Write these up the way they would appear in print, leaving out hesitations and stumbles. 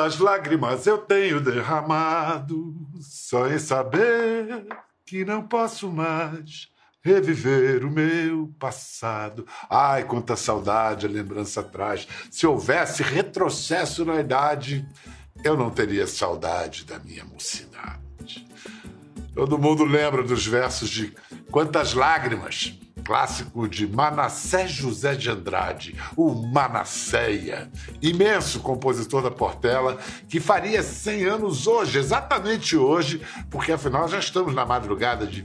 Quantas lágrimas eu tenho derramado, só em saber que não posso mais reviver o meu passado. Ai, quanta saudade a lembrança traz. Se houvesse retrocesso na idade, eu não teria saudade da minha mocidade. Todo mundo lembra dos versos de Quantas Lágrimas, clássico de Manassés José de Andrade, o Manasseia, imenso compositor da Portela, que faria 100 anos hoje, exatamente hoje, porque afinal já estamos na madrugada de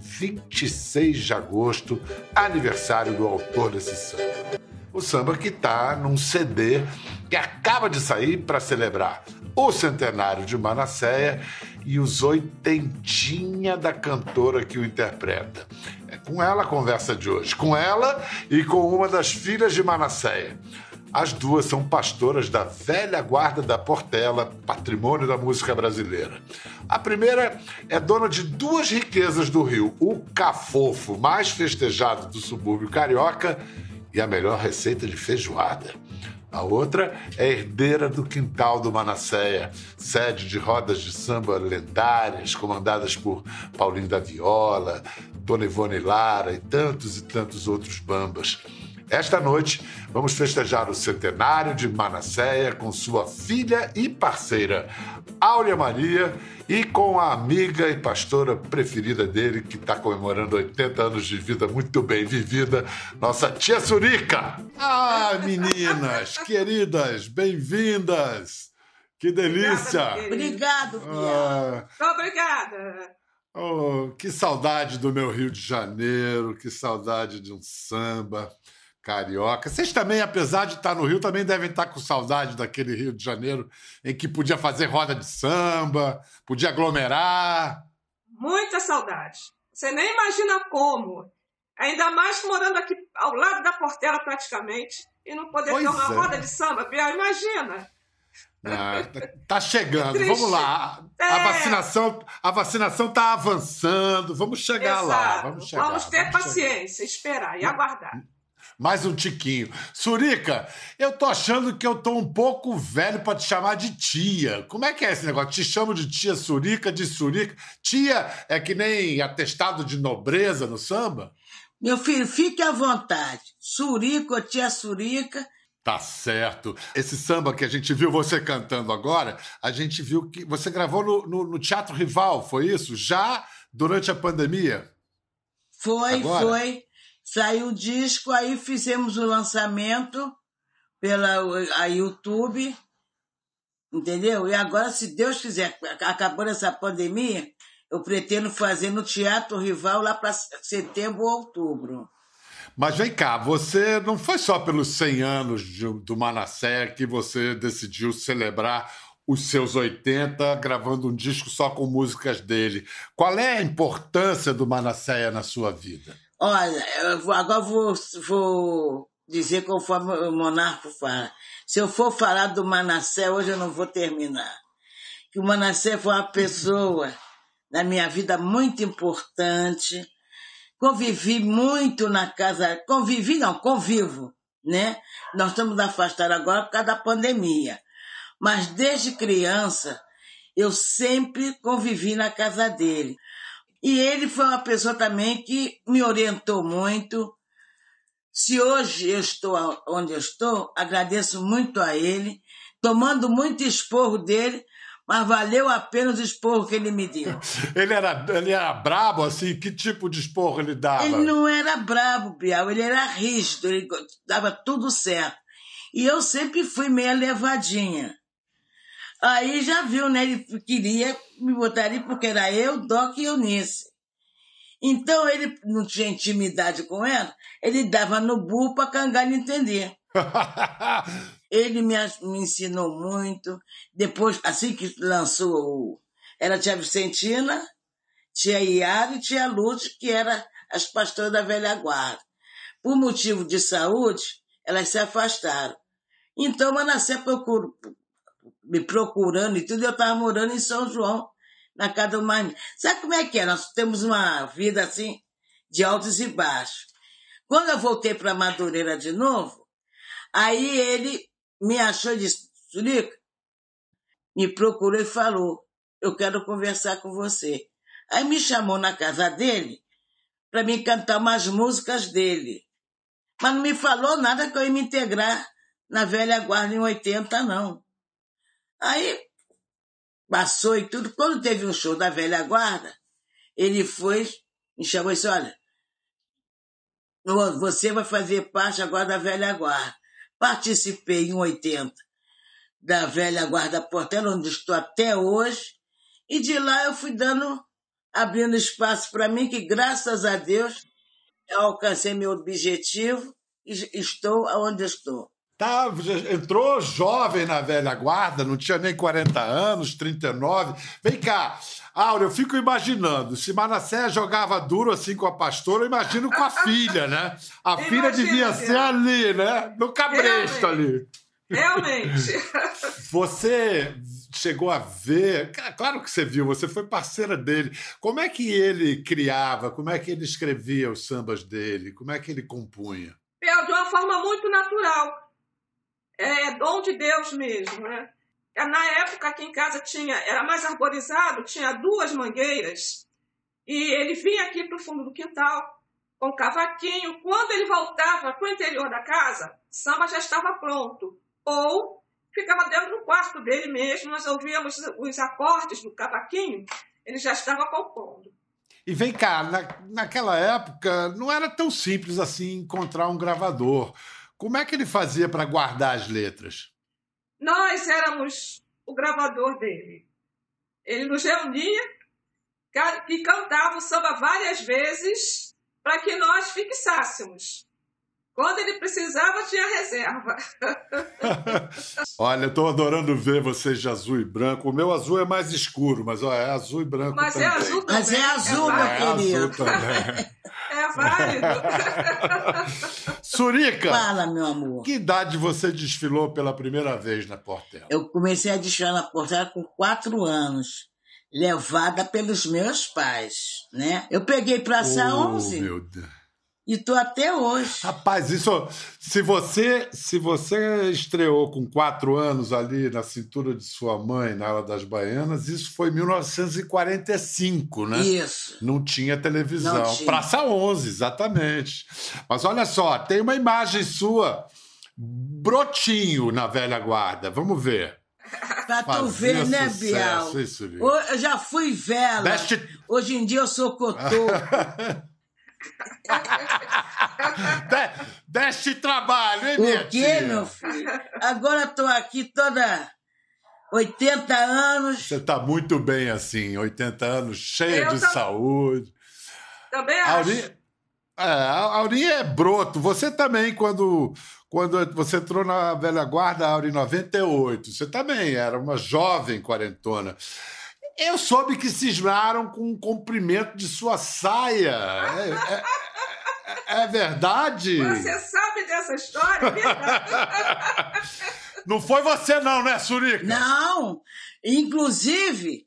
26 de agosto, aniversário do autor desse samba. O samba que está num CD que acaba de sair para celebrar o centenário de Manasseia e os oitentinha da cantora que o interpreta. É com ela a conversa de hoje, com ela e com uma das filhas de Manasseia. As duas são pastoras da velha guarda da Portela, patrimônio da música brasileira. A primeira é dona de duas riquezas do Rio, o cafofo mais festejado do subúrbio carioca e a melhor receita de feijoada. A outra é herdeira do quintal do Manasseia, sede de rodas de samba lendárias, comandadas por Paulinho da Viola, Dona Ivone Lara e tantos outros bambas. Esta noite, vamos festejar o centenário de Manasseia com sua filha e parceira, Áurea Maria, e com a amiga e pastora preferida dele, que está comemorando 80 anos de vida muito bem vivida, nossa tia Surica. Ah, meninas, queridas, bem-vindas. Que delícia. Obrigado, Bia. Obrigada. Oh, que saudade do meu Rio de Janeiro, que saudade de um samba carioca. Vocês também, apesar de estar no Rio, também devem estar com saudade daquele Rio de Janeiro em que podia fazer roda de samba, podia aglomerar. Muita saudade. Você nem imagina como. Ainda mais morando aqui ao lado da Portela praticamente e não poder ter uma roda de samba. Biel, imagina. Ah, tá chegando, vamos lá. A vacinação tá avançando, vamos chegar lá. Vamos ter paciência, esperar e aguardar. Mais um tiquinho. Surica, eu tô achando que eu tô um pouco velho para te chamar de tia. Como é que é esse negócio? Te chamo de tia Surica, de Surica. Tia é que nem atestado de nobreza no samba? Meu filho, fique à vontade. Surica ou tia Surica. Tá certo. Esse samba que a gente viu você cantando agora, a gente viu que você gravou no Teatro Rival, foi isso? Já durante a pandemia? Foi. Saiu o disco, aí fizemos o lançamento pela YouTube, entendeu? E agora, se Deus quiser, acabando essa pandemia, eu pretendo fazer no Teatro Rival lá para setembro ou outubro. Mas vem cá, você não foi só pelos 100 anos do Manasseia que você decidiu celebrar os seus 80 gravando um disco só com músicas dele. Qual é a importância do Manasseia na sua vida? Olha, agora vou dizer conforme o Monarco fala. Se eu for falar do Manasseia, hoje eu não vou terminar. Que o Manasseia foi uma pessoa na minha vida muito importante. Convivi muito na casa... Convivo, né? Nós estamos afastados agora por causa da pandemia. Mas desde criança, eu sempre convivi na casa dele. E ele foi uma pessoa também que me orientou muito. Se hoje eu estou onde eu estou, agradeço muito a ele, tomando muito esporro dele, mas valeu a pena os esporros que ele me deu. Ele era brabo, assim? Que tipo de esporro ele dava? Ele não era brabo, Bial, ele era rígido, ele dava tudo certo. E eu sempre fui meio levadinha. Aí já viu, né? Ele queria me botar ali porque era eu, Doc e Eunice. Então ele não tinha intimidade com ela, ele dava no burro para Cangana entender. Ele me ensinou muito. Depois, assim que lançou, era tia Vicentina, tia Iara e tia Lúcia, que eram as pastoras da velha guarda. Por motivo de saúde, elas se afastaram. Então, Manassés me procurando e tudo, eu estava morando em São João, na casa do Maime. Sabe como é que é? Nós temos uma vida assim, de altos e baixos. Quando eu voltei para Madureira de novo, aí ele me achou e disse, Surica, me procurou e falou, eu quero conversar com você. Aí me chamou na casa dele para me cantar umas músicas dele. Mas não me falou nada que eu ia me integrar na velha guarda em 80, não. Aí passou e tudo. Quando teve um show da velha guarda, ele foi, me chamou e disse, olha, você vai fazer parte agora da velha guarda. Participei em 80 da velha guarda Portela, onde estou até hoje, e de lá eu fui abrindo espaço para mim, que graças a Deus eu alcancei meu objetivo e estou onde estou. Tá, entrou jovem na velha guarda, não tinha nem 40 anos, 39. Vem cá, Áurea, eu fico imaginando, se Manassés jogava duro assim com a pastora, eu imagino com a filha, né? A filha devia ser ali, né? No cabresto ali. Realmente. Você chegou a ver... Claro que você viu, você foi parceira dele. Como é que ele criava? Como é que ele escrevia os sambas dele? Como é que ele compunha? De uma forma muito natural. É dom de Deus mesmo, né? Na época aqui em casa era mais arborizado, tinha 2 mangueiras, e ele vinha aqui para o fundo do quintal com o cavaquinho. Quando ele voltava para o interior da casa, o samba já estava pronto. Ou ficava dentro do quarto dele mesmo, nós ouvíamos os acordes do cavaquinho, ele já estava compondo. E vem cá, naquela época não era tão simples assim encontrar um gravador. Como é que ele fazia para guardar as letras? Nós éramos o gravador dele. Ele nos reunia e cantava o samba várias vezes para que nós fixássemos. Quando ele precisava, tinha reserva. Olha, eu estou adorando ver vocês de azul e branco. O meu azul é mais escuro, mas ó, é azul e branco mas também. É azul também. Mas é azul, meu querido. Azul também. É válido. Surica! Fala, meu amor. Que idade você desfilou pela primeira vez na Portela? Eu comecei a desfilar na Portela com 4 anos, levada pelos meus pais, né? Eu peguei Praça 11 meu Deus. E tô até hoje. Rapaz, isso... Se você estreou com 4 anos ali na cintura de sua mãe, na Ala das Baianas, isso foi em 1945, né? Isso. Não tinha televisão. Não tinha. Praça 11, exatamente. Mas olha só, tem uma imagem sua, brotinho na velha guarda. Vamos ver. Pra tu ver, né, Bial? Eu já fui vela. Hoje em dia eu sou cotô. Deste trabalho, hein, minha tia? O quê, meu filho? Agora estou aqui toda 80 anos. Você está muito bem assim, 80 anos, cheia de saúde. Também acho. A Aurinha é broto. Você também, quando você entrou na velha guarda, Aurinha, em 98, você também era uma jovem quarentona. Eu soube que cismaram com o comprimento de sua saia. É verdade? Você sabe dessa história? Não foi você não, né, Surica? Não. Inclusive,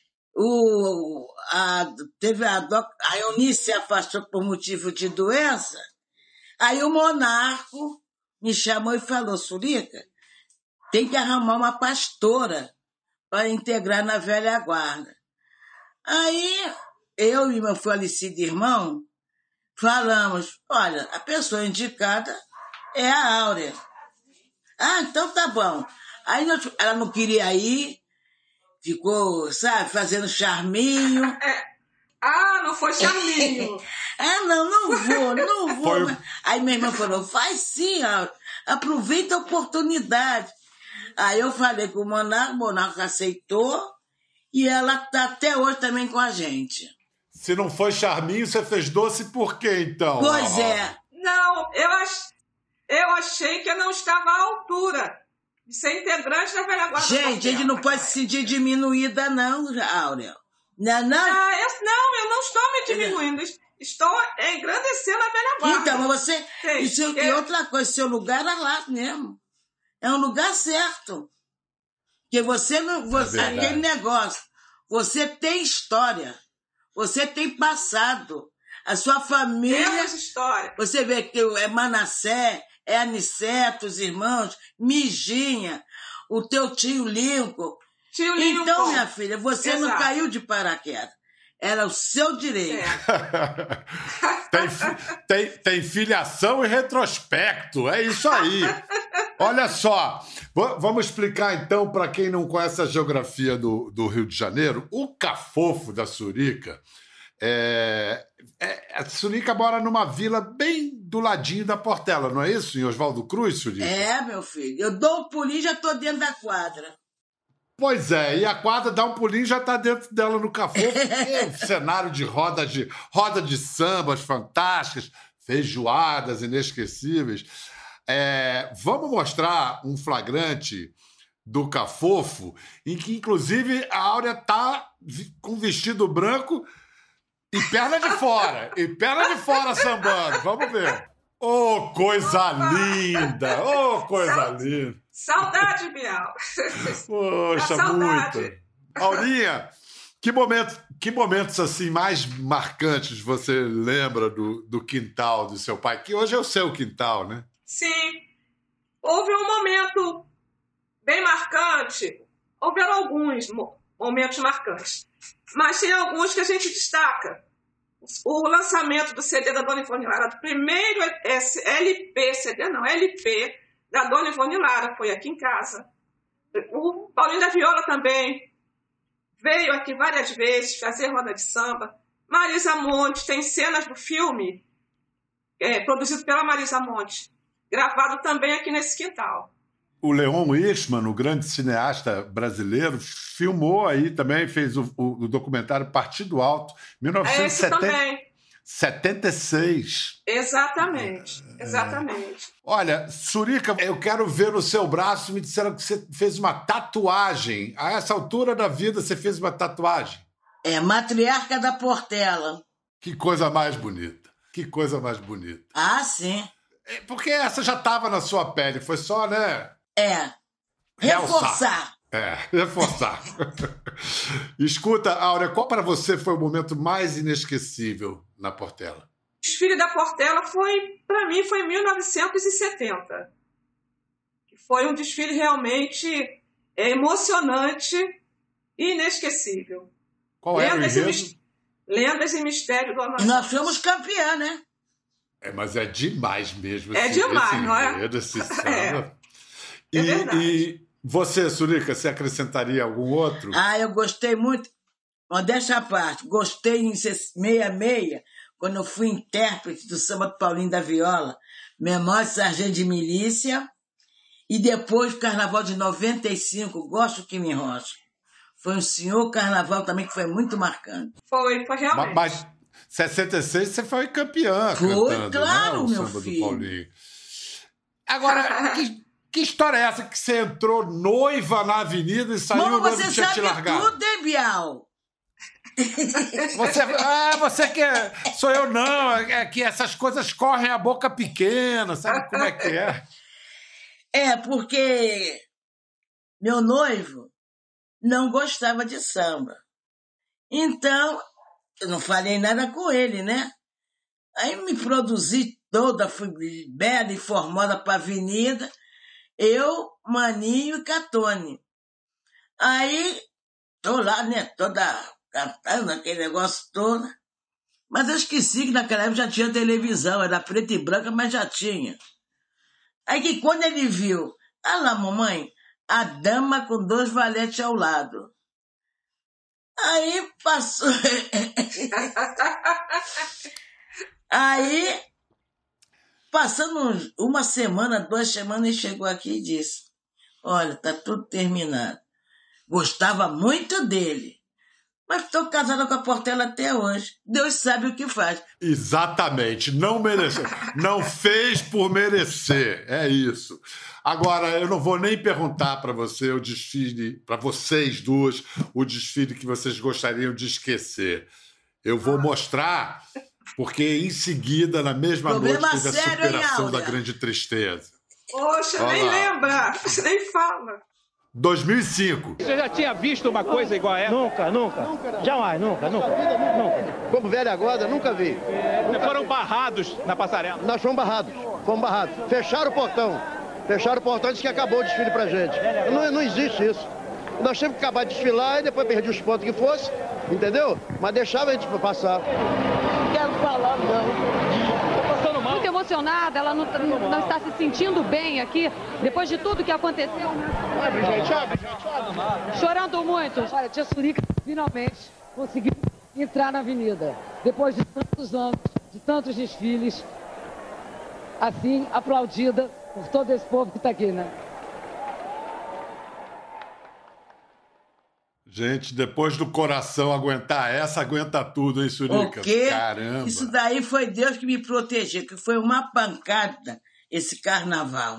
teve a Eunice se afastou por motivo de doença. Aí o Monarco me chamou e falou, Surica, tem que arrumar uma pastora para integrar na velha guarda. Aí, eu e meu falecido irmão falamos, olha, a pessoa indicada é a Áurea. Ah, então tá bom. Aí ela não queria ir, ficou, sabe, fazendo charminho. Não foi charminho. Não vou. Aí minha irmã falou, faz sim, aproveita a oportunidade. Aí eu falei com o Monarco aceitou e ela está até hoje também com a gente. Se não foi charminho, você fez doce por quê, então? Pois é. Não, eu achei que eu não estava à altura de ser integrante da velha guarda. Gente, a gente não pode se sentir diminuída, não, Áurea. Não? Eu não estou me diminuindo. Estou engrandecendo a velha guarda. Então, mas você... E outra coisa, seu lugar é lá mesmo. É um lugar certo. Porque você não... aquele negócio. Você tem história. Você tem passado. A sua família... Temos história. Você vê que é Manassés, é Aniceto, os irmãos, Mijinha, o teu tio Lincoln. Tinha o Linho Então, Com. minha filha, você não Exato. caiu de paraquedas. Era o seu direito. Tem filiação e retrospecto, é isso aí. Olha só, vamos explicar então para quem não conhece a geografia do Rio de Janeiro. O Cafofo da Surica, a Surica mora numa vila bem do ladinho da Portela, não é isso, em Oswaldo Cruz, Surica? É, meu filho. Eu dou um pulinho e já estou dentro da quadra. Pois é, e a quadra dá um pulinho e já está dentro dela no Cafofo. É um cenário de roda de sambas fantásticas, feijoadas inesquecíveis. Vamos mostrar um flagrante do Cafofo, em que, inclusive, a Áurea está com vestido branco e perna de fora sambando. Vamos ver. Oh, coisa linda! Oh, coisa linda! Saudade, Bial. Poxa, saudade. muito. Aurinha, que momentos assim mais marcantes você lembra do quintal do seu pai? Que hoje é o seu quintal, né? Sim. Houve um momento bem marcante. Houveram alguns momentos marcantes. Mas tem alguns que a gente destaca. O lançamento do CD da Dona Ivone Lara, do primeiro LP da Dona Ivone Lara, foi aqui em casa. O Paulinho da Viola também veio aqui várias vezes fazer roda de samba. Marisa Monte, tem cenas do filme produzido pela Marisa Monte, gravado também aqui nesse quintal. O Leon Hirschman, o grande cineasta brasileiro, filmou aí também, fez o documentário Partido Alto, 1976. Exatamente. Olha, Surica, eu quero ver no seu braço, me disseram que você fez uma tatuagem. A essa altura da vida, você fez uma tatuagem. Matriarca da Portela. Que coisa mais bonita. Ah, sim. Porque essa já estava na sua pele, foi só, né? Reforçar. Reforçar. Escuta, Áurea, qual para você foi o momento mais inesquecível na Portela? O desfile da Portela para mim, foi em 1970. Foi um desfile realmente emocionante e inesquecível. Qual era o enredo? Lendas e Mistério do Amazonas. E nós fomos campeã, né? Mas é demais mesmo. Demais, não é? Esse samba. É verdade. E você, Surica, você acrescentaria algum outro? Eu gostei muito. Modéstia à parte, gostei em 66, quando eu fui intérprete do samba do Paulinho da Viola, Memória de Sargento de Milícia, e depois o Carnaval de 95, Gosto que me enrocha. Foi um senhor carnaval também que foi muito marcante. Foi realmente. Mas 66 você foi campeã cantando, claro, né? O meu samba filho. do Paulinho. Agora, que história é essa que você entrou noiva na avenida e saiu noiva você tinha te sabe largado? tudo, hein, Bial? Você que sou eu não, é que essas coisas correm a boca pequena, sabe como é que é? Porque meu noivo não gostava de samba. Então, eu não falei nada com ele, né? Aí me produzi toda, fui bela e formosa para a avenida, eu, Maninho e Catone. Aí, tô lá, né, toda cantando aquele negócio todo. Mas eu esqueci que naquela época já tinha televisão, era preta e branca, mas já tinha. Aí que quando ele viu, lá, mamãe, a dama com 2 valetes ao lado. Aí passou... Aí, passando uma semana, 2 semanas, ele chegou aqui e disse: olha, tá tudo terminado. Gostava muito dele, mas estou casada com a Portela até hoje. Deus sabe o que faz. Exatamente, não mereceu. Não fez por merecer, é isso. Agora, eu não vou nem perguntar para você o desfile, para vocês duas, o desfile que vocês gostariam de esquecer. Eu vou mostrar, porque em seguida, na mesma noite, teve a superação da grande tristeza. Poxa, nem lembra, nem fala. 2005. Você já tinha visto uma coisa igual a essa? Nunca. Jamais, nunca. Como velha guarda, nunca vi. Foram barrados na passarela? Nós fomos barrados. Fecharam o portão. E disse que acabou o desfile pra gente. Não existe isso. Nós tínhamos que acabar de desfilar e depois perdi os pontos que fosse, entendeu? Mas deixava a gente passar. Não quero falar, não. Muito emocionada, ela não está se sentindo bem aqui, depois de tudo que aconteceu, né? Abre, gente. Chorando muito. Olha, tia Surica finalmente conseguiu entrar na avenida, depois de tantos anos, de tantos desfiles, assim, aplaudida por todo esse povo que está aqui, né? Gente, depois do coração aguentar essa, aguenta tudo, hein, Surica? O quê? Caramba. Isso daí foi Deus que me protegeu, que foi uma pancada esse carnaval.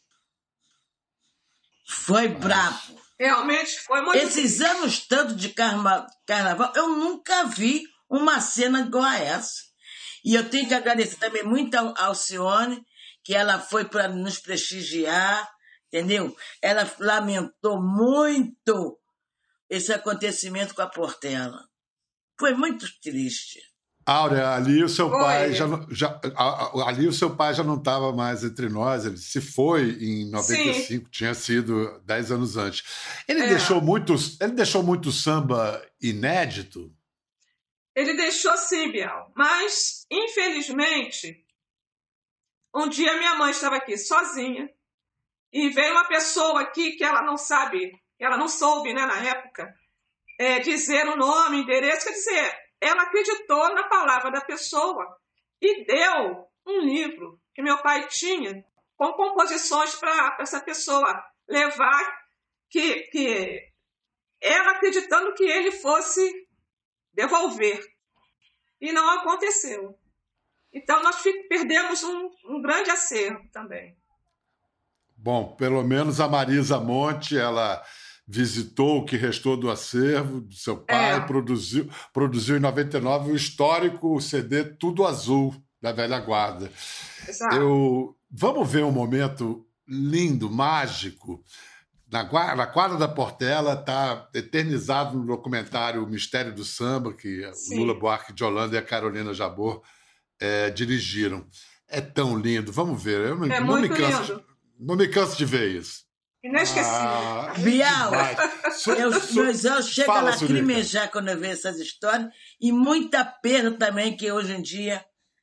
Foi brabo. Realmente foi muito Esses anos tanto de carnaval, eu nunca vi uma cena igual a essa. E eu tenho que agradecer também muito a Alcione, que ela foi para nos prestigiar, entendeu? Ela lamentou muito esse acontecimento com a Portela. Foi muito triste. Áurea, ali o seu pai Oi. ali o seu pai já não estava mais entre nós, ele se foi em 95, Sim. tinha sido 10 anos antes. Ele deixou muito samba inédito? Ele deixou sim, Bial. Mas, infelizmente, um dia minha mãe estava aqui sozinha e veio uma pessoa aqui que ela não soube, né, na época, dizer o nome, endereço, quer dizer, ela acreditou na palavra da pessoa e deu um livro que meu pai tinha com composições para essa pessoa levar, que ela acreditando que ele fosse devolver. E não aconteceu. Então, nós perdemos um grande acervo também. Bom, pelo menos a Marisa Monte, ela visitou o que restou do acervo do seu pai, produziu em 99 o histórico CD Tudo Azul, da velha guarda. Exato. Vamos ver um momento lindo, mágico. Na quadra da Portela está eternizado no documentário O Mistério do Samba, que o Lula Buarque de Holanda e a Carolina Jabor dirigiram. É tão lindo. Vamos ver. Eu não me canso de ver isso. Inesquecível. Bial, meus olhos chegam a lacrimejar quando eu vejo essas histórias e muita perda também que hoje em dia,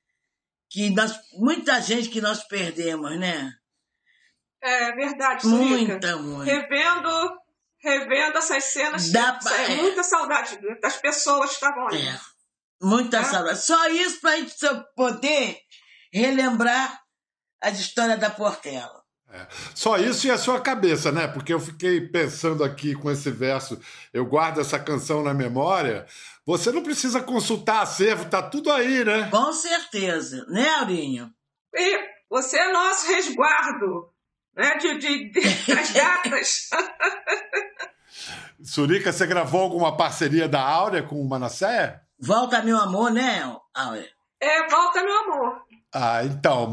muita gente que nós perdemos, né? É verdade, Surica. Muita. Revendo essas cenas, muita saudade das pessoas que estavam ali. Muita saudade. Só isso para a gente poder relembrar as histórias da Portela. Só isso e a sua cabeça, né? Porque eu fiquei pensando aqui com esse verso, eu guardo essa canção na memória. Você não precisa consultar acervo, tá tudo aí, né? Com certeza, né, Aurinho? E você é nosso resguardo, né? Das datas. Surica, você gravou alguma parceria da Áurea com o Manassés? Volta Meu Amor, né, Áurea? Volta Meu Amor. Então,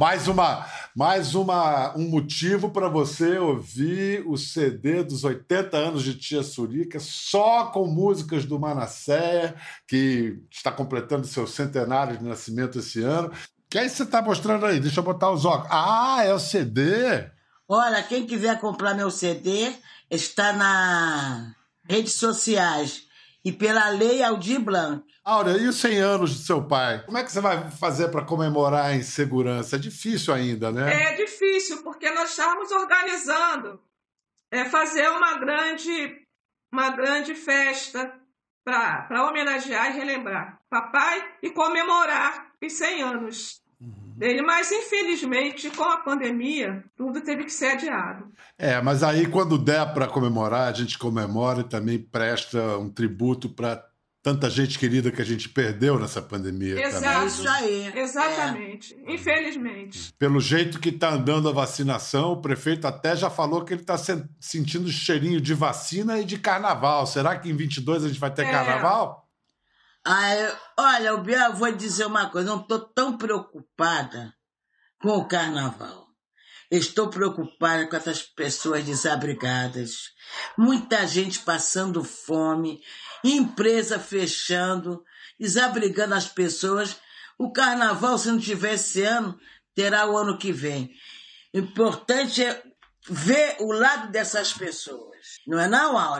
um motivo para você ouvir o CD dos 80 anos de Tia Surica, só com músicas do Manassés, que está completando seu centenário de nascimento esse ano. Que aí você está mostrando aí? Deixa eu botar os óculos. É o CD? Olha, quem quiser comprar meu CD, está nas redes sociais e pela Lei Aldir Blanc. Áurea, e os 100 anos do seu pai? Como é que você vai fazer para comemorar em segurança? É difícil ainda, né? É difícil, porque nós estávamos organizando fazer uma grande festa para homenagear e relembrar papai e comemorar os 100 anos dele. Mas, infelizmente, com a pandemia, tudo teve que ser adiado. Mas aí, quando der para comemorar, a gente comemora e também presta um tributo para tanta gente querida que a gente perdeu nessa pandemia. Exato. Isso aí. Exatamente. Infelizmente. Pelo jeito que está andando a vacinação, o prefeito até já falou que ele está sentindo cheirinho de vacina e de carnaval. Será que em 22 a gente vai ter carnaval? Olha, eu vou dizer uma coisa. Não estou tão preocupada com o carnaval. Estou preocupada com essas pessoas desabrigadas. Muita gente passando fome, empresa fechando, desabrigando as pessoas. O carnaval, se não tiver esse ano, terá o ano que vem. O importante é ver o lado dessas pessoas. Não é não, Áurea?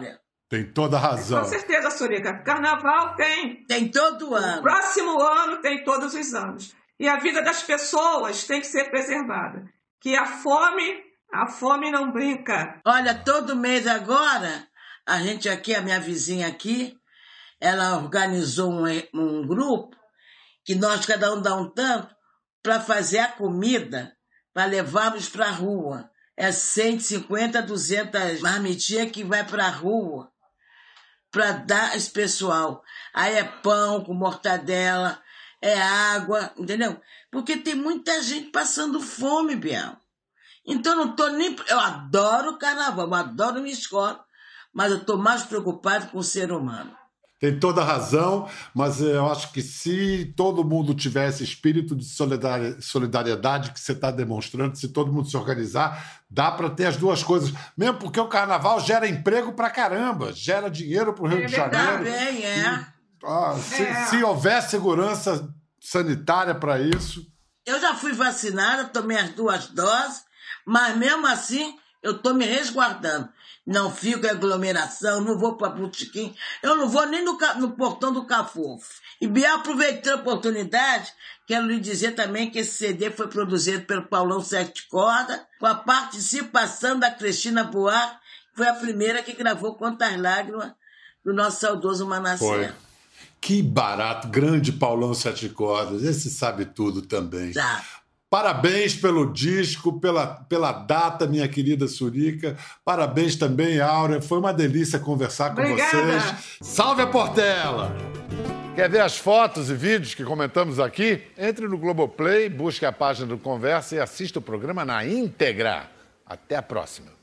Tem toda a razão. Com certeza, Surica. Carnaval tem. Tem todo ano. Próximo ano tem todos os anos. E a vida das pessoas tem que ser preservada. Que a fome não brinca. Olha, todo mês agora, a gente aqui, a minha vizinha aqui, ela organizou um grupo que nós, cada um dá um tanto, para fazer a comida, para levarmos para a rua. É 150, 200 marmitinhas que vai para a rua para dar esse pessoal. Aí é pão com mortadela, é água, entendeu? Porque tem muita gente passando fome, Bial. Então não tô nem... Eu adoro o carnaval, eu adoro minha escola, mas eu tô mais preocupado com o ser humano. Tem toda a razão, mas eu acho que se todo mundo tivesse espírito de solidariedade que você está demonstrando, se todo mundo se organizar, dá para ter as duas coisas. Mesmo porque o carnaval gera emprego para caramba, gera dinheiro para o Rio de Janeiro. Também Se houver segurança sanitária para isso... Eu já fui vacinada, tomei as 2 doses, mas mesmo assim eu estou me resguardando. Não fico em aglomeração, não vou para botequim, eu não vou nem no portão do Cafofo. E Bial, aproveitando a oportunidade, quero lhe dizer também que esse CD foi produzido pelo Paulão Sete Cordas, com a participação da Cristina Buarque, que foi a primeira que gravou Quantas Lágrimas, do nosso saudoso Manassés. Foi. Que barato, grande Paulão Sete Cordas, esse sabe tudo também. Já. Parabéns pelo disco, pela data, minha querida Surica. Parabéns também, Áurea. Foi uma delícia conversar com vocês. Salve a Portela! Quer ver as fotos e vídeos que comentamos aqui? Entre no Globoplay, busque a página do Conversa e assista o programa na íntegra. Até a próxima.